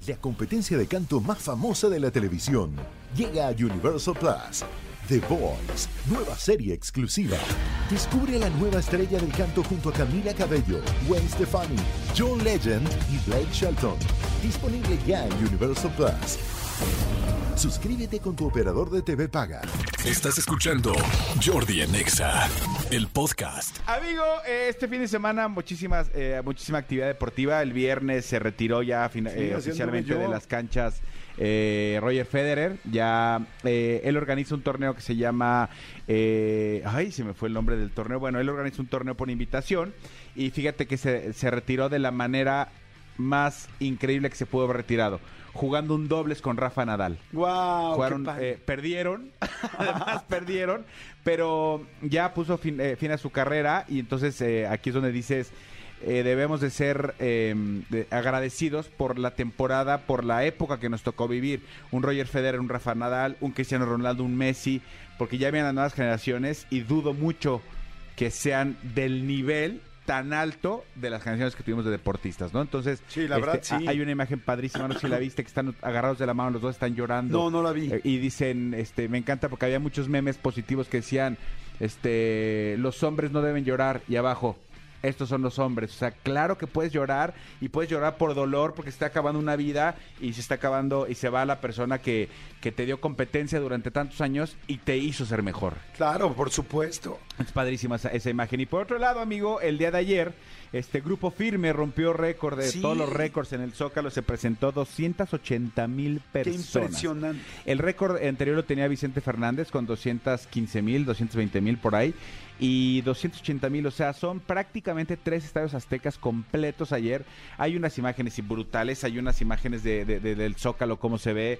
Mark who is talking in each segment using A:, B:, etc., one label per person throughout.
A: la competencia de canto más famosa de la televisión. Llega a Universal Plus. The Voice, nueva serie exclusiva. Descubre a la nueva estrella del canto junto a Camila Cabello, Gwen Stefani, John Legend y Blake Shelton. Disponible ya en Universal Plus. Suscríbete con tu operador de TV paga.
B: Estás escuchando Jordi en Exa, el podcast.
C: Amigo, este fin de semana muchísima actividad deportiva. El viernes se retiró ya oficialmente de las canchas Roger Federer. Ya él organiza un torneo que se llama se me fue el nombre del torneo. Bueno, él organiza un torneo por invitación y fíjate que se retiró de la manera más increíble que se pudo haber retirado, jugando un dobles con Rafa Nadal.
D: Wow,
C: perdieron, además perdieron, pero ya puso fin a su carrera y entonces aquí es donde dices, debemos de ser agradecidos por la temporada, por la época que nos tocó vivir. Un Roger Federer, un Rafa Nadal, un Cristiano Ronaldo, un Messi, porque ya vienen las nuevas generaciones y dudo mucho que sean del nivel tan alto de las generaciones que tuvimos de deportistas, ¿no? Entonces,
D: sí, la verdad, sí.
C: Hay una imagen padrísima, no sé si la viste, que están agarrados de la mano, los dos están llorando.
D: No la vi.
C: Y dicen, me encanta porque había muchos memes positivos que decían, los hombres no deben llorar, y abajo, estos son los hombres. O sea, claro que puedes llorar, y puedes llorar por dolor porque se está acabando una vida y se está acabando y se va la persona que te dio competencia durante tantos años y te hizo ser mejor.
D: Claro, por supuesto.
C: Es padrísima esa imagen. Y por otro lado, amigo, el día de ayer, Grupo Firme rompió récord de todos los récords en el Zócalo. Se presentó 280,000 personas.
D: Qué impresionante.
C: El récord anterior lo tenía Vicente Fernández con 215,000, 220,000 por ahí. Y 280,000, o sea, son prácticamente 3 estadios aztecas completos ayer. Hay unas imágenes brutales, hay unas imágenes del Zócalo, cómo se ve,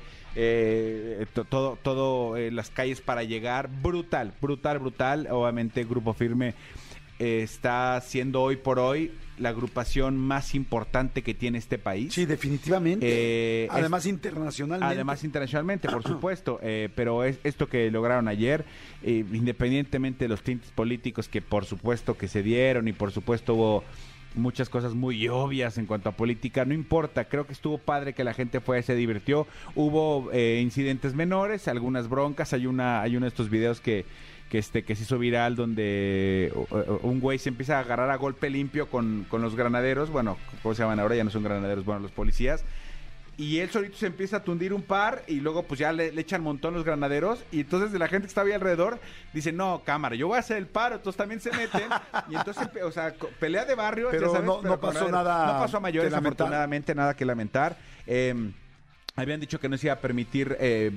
C: todo las calles para llegar. Brutal. Obviamente Grupo Firme está siendo hoy por hoy la agrupación más importante que tiene este país.
D: Sí, definitivamente. Además internacionalmente,
C: por supuesto. Pero esto que lograron ayer, independientemente de los tintes políticos que por supuesto que se dieron, y por supuesto hubo muchas cosas muy obvias en cuanto a política, no importa, creo que estuvo padre que la gente fue y se divirtió. Hubo incidentes menores, algunas broncas. Hay uno de estos videos que se hizo viral donde un güey se empieza a agarrar a golpe limpio con los granaderos, bueno, ¿cómo se llaman ahora? Ya no son granaderos, bueno, los policías, y él solito se empieza a tundir un par y luego pues ya le echan un montón los granaderos, y entonces de la gente que estaba ahí alrededor dice, no, cámara, yo voy a hacer el paro, entonces también se meten, y entonces, o sea, pelea de barrio,
D: pero
C: ya sabes,
D: no pasó nada.
C: No pasó a mayores, afortunadamente, nada que lamentar. Habían dicho que no se iba a permitir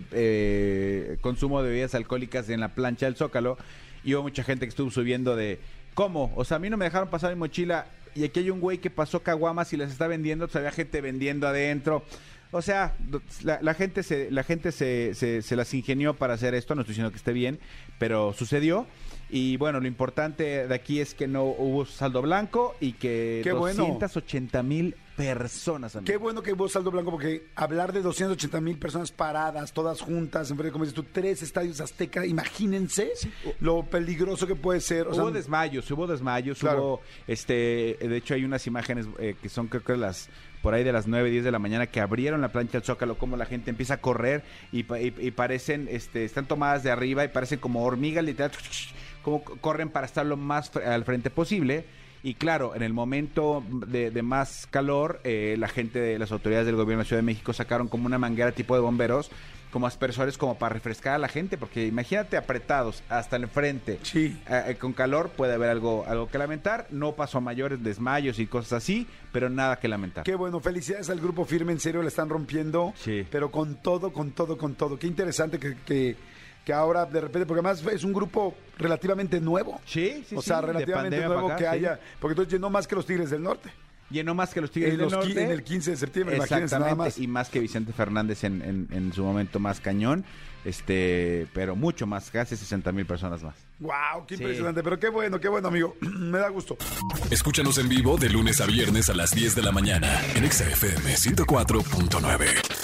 C: consumo de bebidas alcohólicas en la plancha del Zócalo, y hubo mucha gente que estuvo subiendo de, ¿cómo? O sea, a mí no me dejaron pasar mi mochila, y aquí hay un güey que pasó caguamas y las está vendiendo, pues había gente vendiendo adentro. O sea, la gente se las ingenió para hacer esto. No estoy diciendo que esté bien, pero sucedió. Y bueno, lo importante de aquí es que no hubo saldo blanco y que 280,000 personas. Amigo.
D: Qué bueno que hubo saldo blanco, porque hablar de 280,000 personas paradas, todas juntas, enfrente, como dices tú, 3 estadios azteca, imagínense lo peligroso que puede ser.
C: Hubo desmayos, claro. De hecho hay unas imágenes que son creo que por ahí de las 9, 10 de la mañana, que abrieron la plancha del Zócalo, como la gente empieza a correr y parecen, están tomadas de arriba y parecen como hormigas, literal, como corren para estar lo más al frente posible. Y claro, en el momento de más calor, la gente de las autoridades del gobierno de Ciudad de México sacaron como una manguera tipo de bomberos, como aspersores, como para refrescar a la gente, porque imagínate apretados hasta el frente,
D: sí.
C: Con calor puede haber algo que lamentar. No pasó a mayores, desmayos y cosas así, pero nada que lamentar.
D: Qué bueno, felicidades al Grupo Firme, en serio la están rompiendo,
C: sí.
D: Pero con todo. Qué interesante que ahora de repente, porque además es un grupo relativamente nuevo.
C: Sí.
D: O sea, relativamente nuevo acá, que haya, porque entonces llenó más que los Tigres del Norte.
C: Llenó más que los Tigres del Norte.
D: En el 15 de septiembre, imagínense nada más.
C: Y más que Vicente Fernández en su momento más cañón, pero mucho más, casi 60,000 personas más.
D: ¡Wow! ¡Qué impresionante! Pero qué bueno, amigo. Me da gusto.
B: Escúchanos en vivo de lunes a viernes a las 10 de la mañana en Exa FM 104.9.